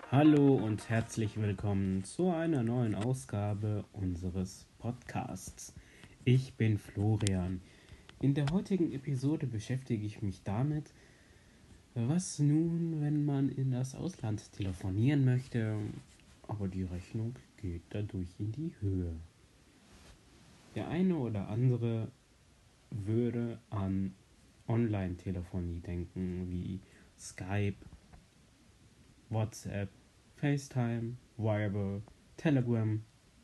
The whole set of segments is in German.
Hallo und herzlich willkommen zu einer neuen Ausgabe unseres Podcasts. Ich bin Florian. In der heutigen Episode beschäftige ich mich damit, was nun, wenn man in das Ausland telefonieren möchte, aber die Rechnung geht dadurch in die Höhe. Der eine oder andere würde an Online-Telefonie denken, wie Skype, WhatsApp, FaceTime, Viber, Telegram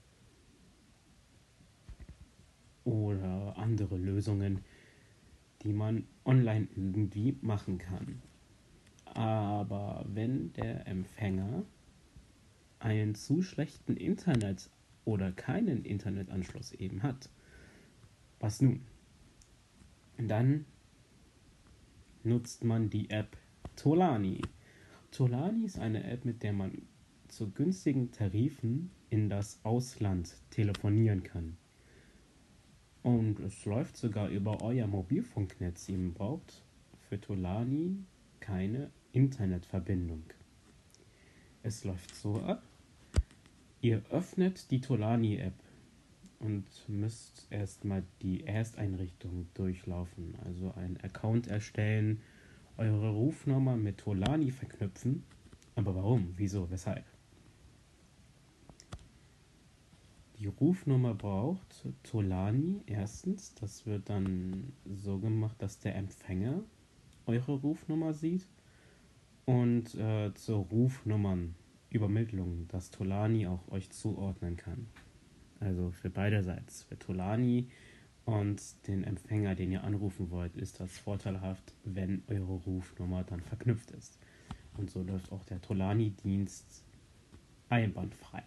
oder andere Lösungen, die man online irgendwie machen kann. Aber wenn der Empfänger einen zu schlechten Internet oder keinen Internetanschluss eben hat, was nun? Dann nutzt man die App Tolani. Tolani ist eine App, mit der man zu günstigen Tarifen in das Ausland telefonieren kann. Und es läuft sogar über euer Mobilfunknetz. Ihr braucht für Tolani keine Internetverbindung. Es läuft so ab: Ihr öffnet die Tolani-App und müsst erstmal die Ersteinrichtung durchlaufen. Also einen Account erstellen, eure Rufnummer mit Tolani verknüpfen. Aber warum? Wieso? Weshalb? Die Rufnummer braucht Tolani erstens. Das wird dann so gemacht, dass der Empfänger eure Rufnummer sieht. Und zur Rufnummernübermittlung, dass Tolani auch euch zuordnen kann. Also für beiderseits. Für Tolani und den Empfänger, den ihr anrufen wollt, ist das vorteilhaft, wenn eure Rufnummer dann verknüpft ist. Und so läuft auch der Tolani-Dienst einwandfrei.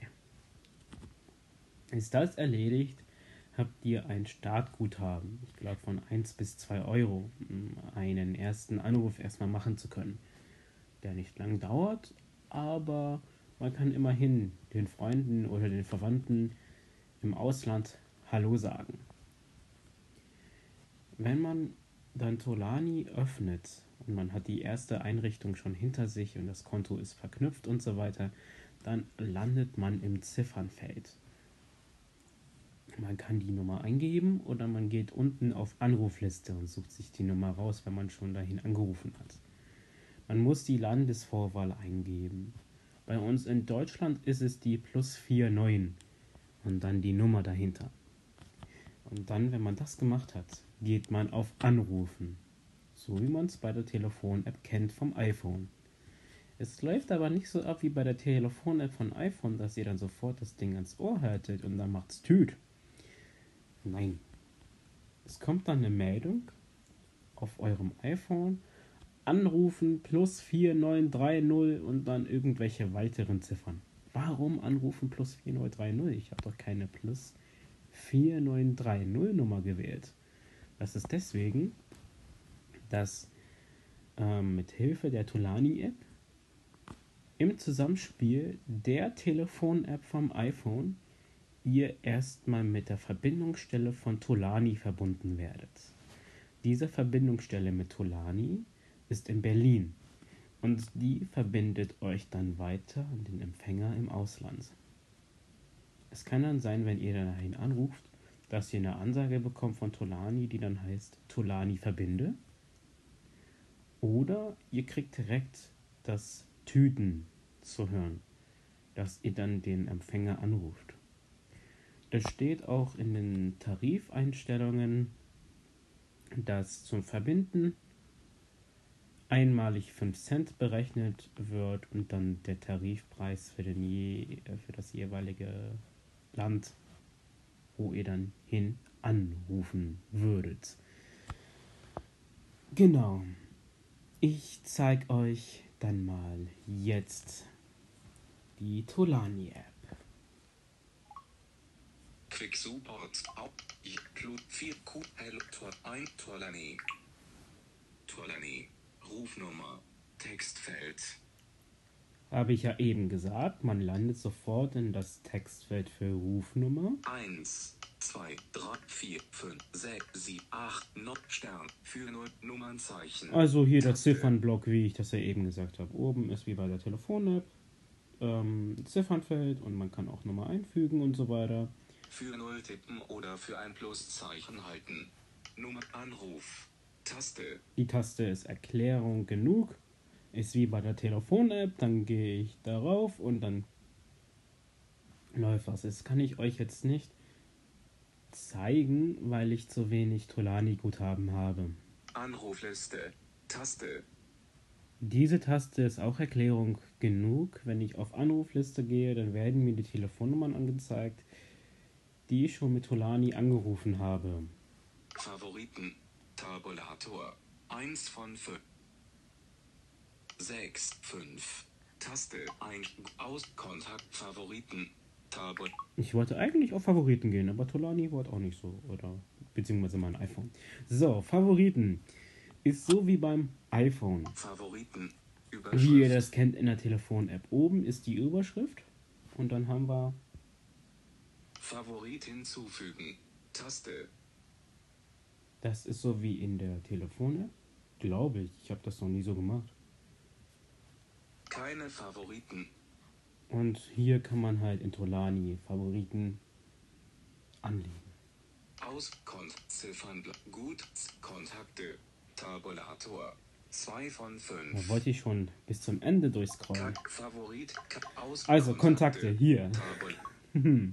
Ist das erledigt, habt ihr ein Startguthaben, ich glaube von 1 bis 2 Euro, um einen ersten Anruf erstmal machen zu können, der nicht lang dauert, aber man kann immerhin den Freunden oder den Verwandten im Ausland Hallo sagen. Wenn man dann Tolani öffnet und man hat die erste Einrichtung schon hinter sich und das Konto ist verknüpft und so weiter, dann landet man im Ziffernfeld. Man kann die Nummer eingeben oder man geht unten auf Anrufliste und sucht sich die Nummer raus, wenn man schon dahin angerufen hat. Man muss die Landesvorwahl eingeben. Bei uns in Deutschland ist es die +49 und dann die Nummer dahinter. Und dann, wenn man das gemacht hat, geht man auf Anrufen. So wie man es bei der Telefon-App kennt vom iPhone. Es läuft aber nicht so ab wie bei der Telefon-App von iPhone, dass ihr dann sofort das Ding ans Ohr haltet und dann macht's Tüt. Nein. Es kommt dann eine Meldung auf eurem iPhone: Anrufen +4930 und dann irgendwelche weiteren Ziffern. Warum anrufen +4930? Ich habe doch keine +4930 Nummer gewählt. Das ist deswegen, dass mit Hilfe der Tolani-App im Zusammenspiel der Telefon-App vom iPhone ihr erstmal mit der Verbindungsstelle von Tolani verbunden werdet. Diese Verbindungsstelle mit Tolani ist in Berlin und die verbindet euch dann weiter an den Empfänger im Ausland. Es kann dann sein, wenn ihr dahin anruft, dass ihr eine Ansage bekommt von Tolani, die dann heißt Tolani verbinde, oder ihr kriegt direkt das Tüten zu hören, dass ihr dann den Empfänger anruft. Das steht auch in den Tarifeinstellungen, dass zum Verbinden einmalig 5 Cent berechnet wird und dann der Tarifpreis für das jeweilige Land, wo ihr dann hin anrufen würdet. Genau. Ich zeige euch dann mal jetzt die Tolani-App. Quick Support Include 4Q Tolani. Tolani. Rufnummer. Textfeld. Habe ich ja eben gesagt, man landet sofort in das Textfeld für Rufnummer. 1, 2, 3, 4, 5, 6, 7, 8, Stern für 0 Nummernzeichen. Also hier der Ziffernblock, wie ich das ja eben gesagt habe. Oben ist wie bei der Telefon-App Ziffernfeld und man kann auch Nummer einfügen und so weiter. Für 0 tippen oder für ein Pluszeichen halten. Nummer Anruf. Taste. Die Taste ist Erklärung genug. Ist wie bei der Telefon-App. Dann gehe ich darauf und dann läuft was. Das kann ich euch jetzt nicht zeigen, weil ich zu wenig Tolani-Guthaben habe. Anrufliste. Taste. Diese Taste ist auch Erklärung genug. Wenn ich auf Anrufliste gehe, dann werden mir die Telefonnummern angezeigt, die ich schon mit Tolani angerufen habe. Favoriten. Tabulator. 1 von 5. 6, 5. Taste. Ein. Aus. Kontakt. Favoriten. Tabul. Ich wollte eigentlich auf Favoriten gehen, aber Tolani wollte auch nicht so. Oder beziehungsweise mein iPhone. So, Favoriten. Ist so wie beim iPhone. Favoriten. Wie ihr das kennt in der Telefon-App. Oben ist die Überschrift und dann haben wir Favorit hinzufügen. Taste. Das ist so wie in der Telefon-App. Glaube ich. Ich habe das noch nie so gemacht. Keine Favoriten. Und hier kann man halt in Tolani Favoriten anlegen. Aus. Ziffernblock. Gut. Kontakte. Tabulator. 2 von 5. Da wollte ich schon bis zum Ende durchscrollen. Favorit. Aus. Also Kontakte hier. Tabul.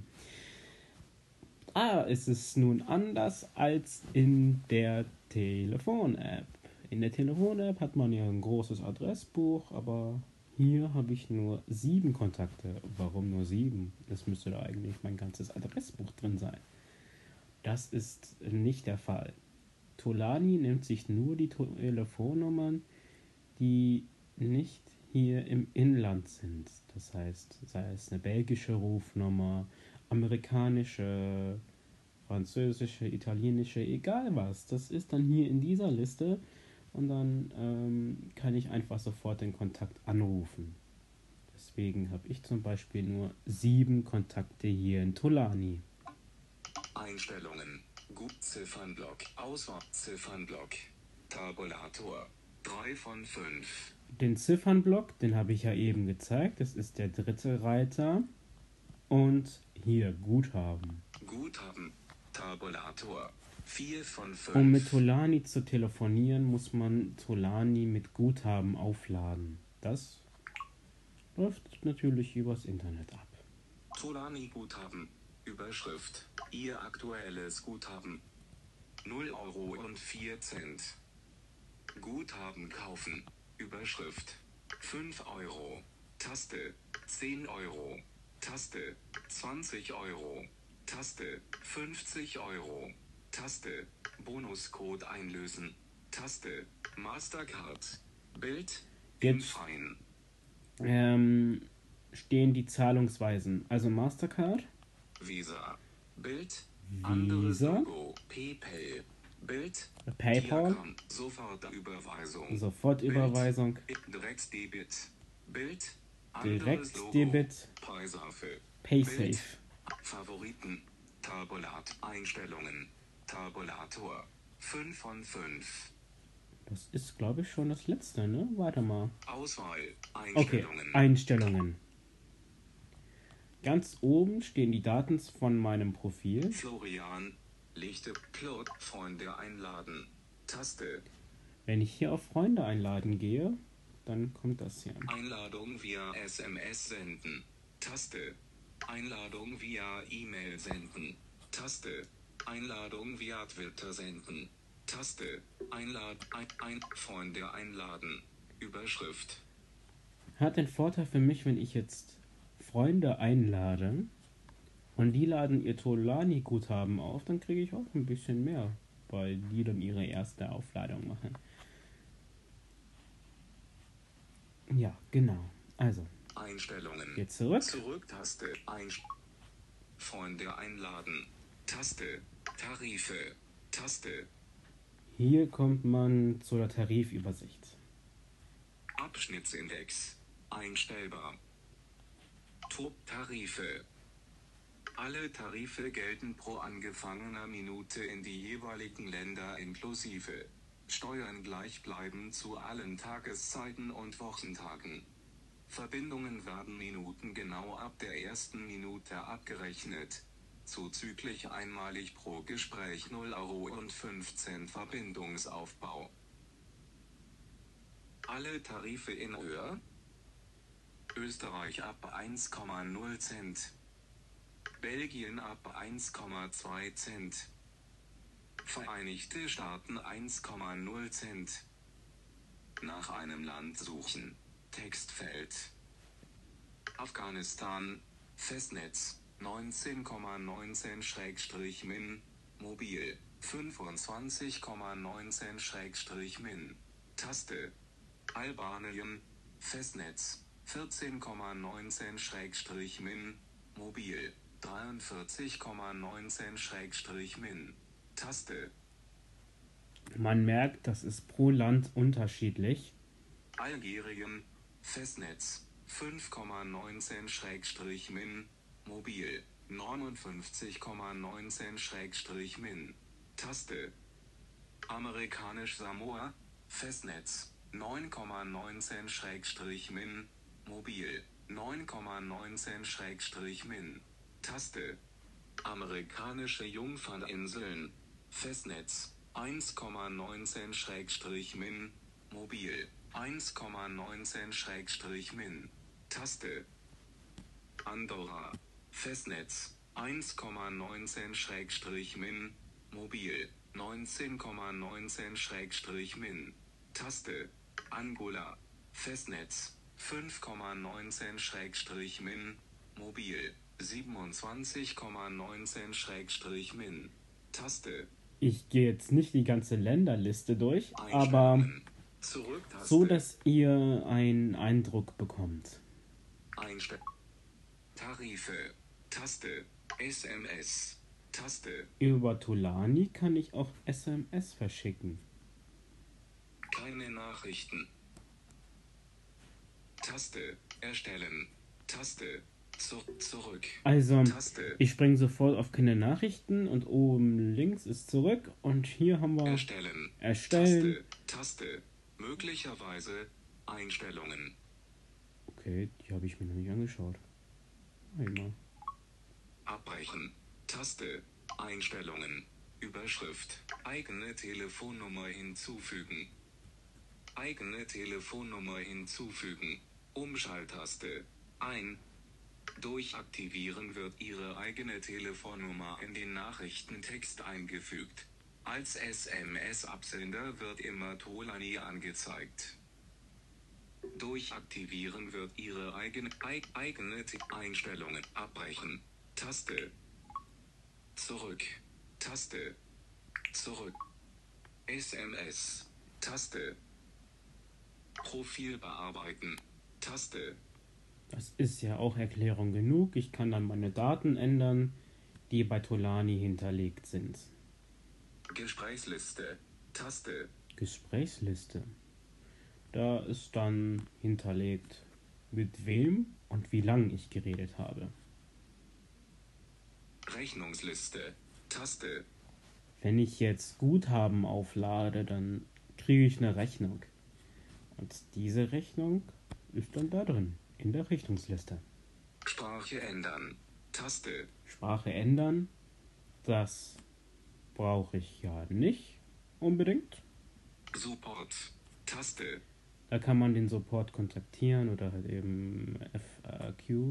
Es ist nun anders als in der Telefon-App. In der Telefon-App hat man ja ein großes Adressbuch, aber hier habe ich nur 7 Kontakte. Warum nur 7? Es müsste da eigentlich mein ganzes Adressbuch drin sein. Das ist nicht der Fall. Tolani nimmt sich nur die Telefonnummern, die nicht hier im Inland sind. Das heißt, sei es eine belgische Rufnummer, amerikanische, französische, italienische, egal was. Das ist dann hier in dieser Liste und dann kann ich einfach sofort den Kontakt anrufen. Deswegen habe ich zum Beispiel nur 7 Kontakte hier in Tolani. Einstellungen. Gut. Ziffernblock. Auswahl. Ziffernblock. Tabulator. 3 von 5. Den Ziffernblock, den habe ich ja eben gezeigt. Das ist der 3. Reiter. Und hier Guthaben. Guthaben. Tabulator. 4 von 5. Um mit Tolani zu telefonieren, muss man Tolani mit Guthaben aufladen. Das läuft natürlich übers Internet ab. Tolani Guthaben. Überschrift. Ihr aktuelles Guthaben. 0,04 €. Guthaben kaufen. Überschrift. 5 €. Taste. 10 €. Taste. 20 €. Taste. 50 €. Taste. Bonuscode einlösen. Taste. Mastercard. Bild. Jetzt Fein. stehen die Zahlungsweisen. Also Mastercard, Visa. Bild. Anderes Visa, Logo. PayPal. Bild. PayPal, Diagramm. Sofortüberweisung. Sofortüberweisung, Direktdebit. Bild. Anderes Logo. Direktdebit, Preisaffe. PaySafe. Favoriten. Tabulat. Einstellungen. Tabulator. 5 von 5. Das ist, glaube ich, schon das letzte, ne? Warte mal. Auswahl. Okay, Einstellungen. Einstellungen. Ganz oben stehen die Daten von meinem Profil. Florian. Lichte. Claude. Freunde einladen. Taste. Wenn ich hier auf Freunde einladen gehe, dann kommt das hier. Einladung via SMS senden. Taste. Einladung via E-Mail senden. Taste. Einladung via Twitter senden. Taste. Freunde einladen. Überschrift. Hat den Vorteil für mich, wenn ich jetzt Freunde einlade und die laden ihr Tolani-Guthaben auf, dann kriege ich auch ein bisschen mehr, weil die dann ihre erste Aufladung machen. Ja, genau. Also, Einstellungen. geht zurück. Zurück-Taste. Freunde einladen. Taste. Tarife. Taste. Hier kommt man zu der Tarifübersicht. Abschnittsindex. Einstellbar. Top-Tarife. Alle Tarife gelten pro angefangener Minute in die jeweiligen Länder inklusive Steuern gleich bleiben zu allen Tageszeiten und Wochentagen. Verbindungen werden minutengenau ab der ersten Minute abgerechnet. Zuzüglich einmalig pro Gespräch 0,15 € Verbindungsaufbau. Alle Tarife in Höhe. Österreich ab 1,0 Cent. Belgien ab 1,2 Cent. Vereinigte Staaten 1,0 Cent. Nach einem Land suchen. Textfeld. Afghanistan. Festnetz 19,19/min. Mobil 25,19/min. Taste. Albanien. Festnetz 14,19/min. Mobil 43,19/min. Taste. Man merkt, das ist pro Land unterschiedlich. Algerien. Festnetz 5,19/min. Mobil 59,19/min. Taste. Amerikanisch Samoa. Festnetz 9,19/min. Mobil 9,19/min. Taste. Amerikanische Jungferninseln. Festnetz 1,19/min. Mobil 1,19/min. Taste. Andorra. Festnetz 1,19/min. Mobil 19,19/min. Taste. Angola. Festnetz 5,19/min. Mobil 27,19/min. Taste. Ich gehe jetzt nicht die ganze Länderliste durch, aber so, dass ihr einen Eindruck bekommt. Tarife. Taste. SMS. Taste. Über Tolani kann ich auch SMS verschicken. Keine Nachrichten. Taste. Erstellen. Taste. Zurück. Also, Taste. ich springe sofort auf keine Nachrichten und oben links ist zurück und hier haben wir Erstellen. Erstellen. Taste. Möglicherweise Einstellungen. Okay, die habe ich mir noch nicht angeschaut. Einmal. Abbrechen. Taste. Einstellungen. Überschrift. Eigene Telefonnummer hinzufügen. Eigene Telefonnummer hinzufügen. Umschalttaste. Ein. Durch Aktivieren wird Ihre eigene Telefonnummer in den Nachrichtentext eingefügt. Als SMS-Absender wird immer Tolani angezeigt. Durch Aktivieren wird Ihre eigene Einstellungen abbrechen. Taste. Zurück. Taste. Zurück. SMS. Taste. Profil bearbeiten. Taste. Das ist ja auch Erklärung genug. Ich kann dann meine Daten ändern, die bei Tolani hinterlegt sind. Gesprächsliste. Taste. Gesprächsliste. Da ist dann hinterlegt, mit wem und wie lang ich geredet habe. Rechnungsliste. Taste. Wenn ich jetzt Guthaben auflade, dann kriege ich eine Rechnung. Und diese Rechnung ist dann da drin, in der Rechnungsliste. Sprache ändern. Taste. Sprache ändern, das brauche ich ja nicht unbedingt. Support. Taste. Da kann man den Support kontaktieren oder halt eben FAQ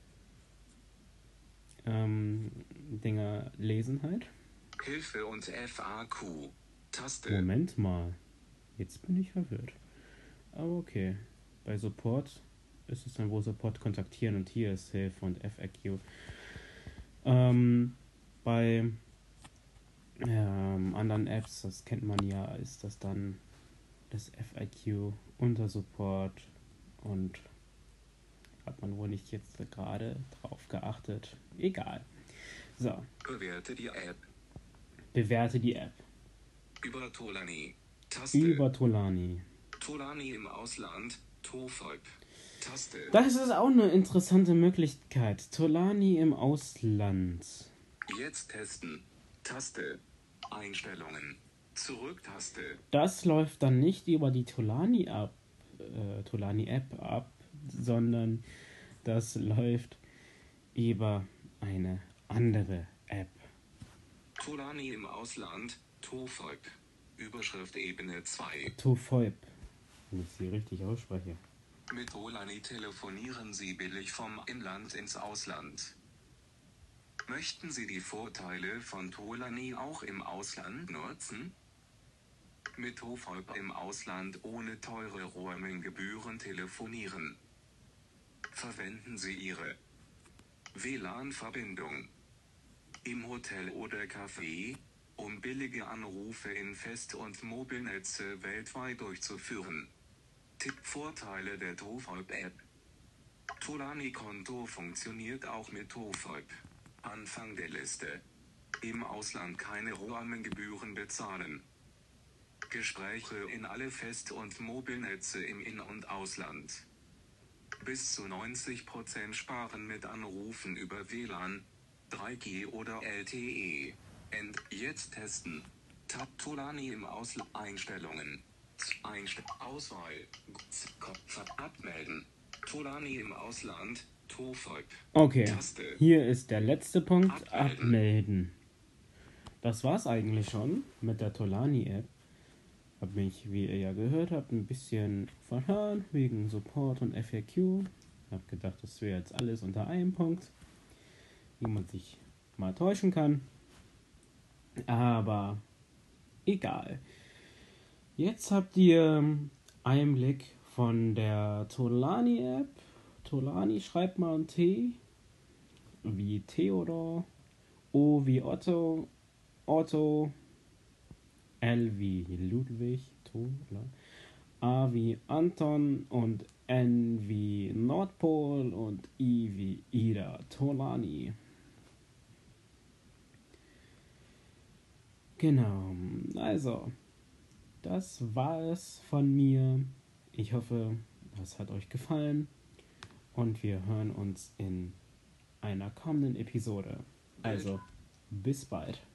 Dinger lesen halt. Hilfe und FAQ. Taste. Moment mal, jetzt bin ich verwirrt. Aber okay, bei Support ist es dann wohl Support kontaktieren und hier ist Hilfe und FAQ. Bei anderen Apps, das kennt man ja, ist das dann das FAQ unter Support und hat man wohl nicht jetzt gerade drauf geachtet. Egal. So. Bewerte die App. Bewerte die App. Über Tolani. Taste. Über Tolani. Tolani im Ausland. TOFOP. Taste. Das ist auch eine interessante Möglichkeit. Tolani im Ausland. Jetzt testen. Taste. Einstellungen. Zurück-Taste. Das läuft dann nicht über die Tolani App ab, sondern das läuft über eine andere App. Tolani im Ausland, TOFOIP. Überschrift Ebene 2. TOFOIP, wenn ich sie richtig ausspreche. Mit Tolani telefonieren Sie billig vom Inland ins Ausland. Möchten Sie die Vorteile von Tolani auch im Ausland nutzen? Mit TOFOIP im Ausland ohne teure Roaming-Gebühren telefonieren. Verwenden Sie Ihre WLAN-Verbindung im Hotel oder Café, um billige Anrufe in Fest- und Mobilnetze weltweit durchzuführen. Vorteile der TOFOIP-App. Tolani-Konto funktioniert auch mit TOFOIP. Anfang der Liste. Im Ausland keine Roaming-Gebühren bezahlen. Gespräche in alle Fest- und Mobilnetze im In- und Ausland. Bis zu 90% sparen mit Anrufen über WLAN, 3G oder LTE. Jetzt testen. Tab Tolani im Ausland. Einstellungen. Auswahl. Abmelden. Tolani im Ausland. TOFOIP. Okay, Taste. hier ist der letzte Punkt. Abmelden. Abmelden. Das war's eigentlich schon mit der Tolani-App. Hab mich, wie ihr ja gehört habt, ein bisschen verhört wegen Support und FAQ. Hab gedacht, das wäre jetzt alles unter einem Punkt, wie man sich mal täuschen kann. Aber egal. Jetzt habt ihr Einblick von der Tolani-App. Tolani schreibt man T wie Theodor, O wie Otto, L wie Ludwig, A wie Anton und N wie Nordpol und I wie Ida. Tolani. Genau, also, das war es von mir. Ich hoffe, das hat euch gefallen und wir hören uns in einer kommenden Episode. Also, bis bald.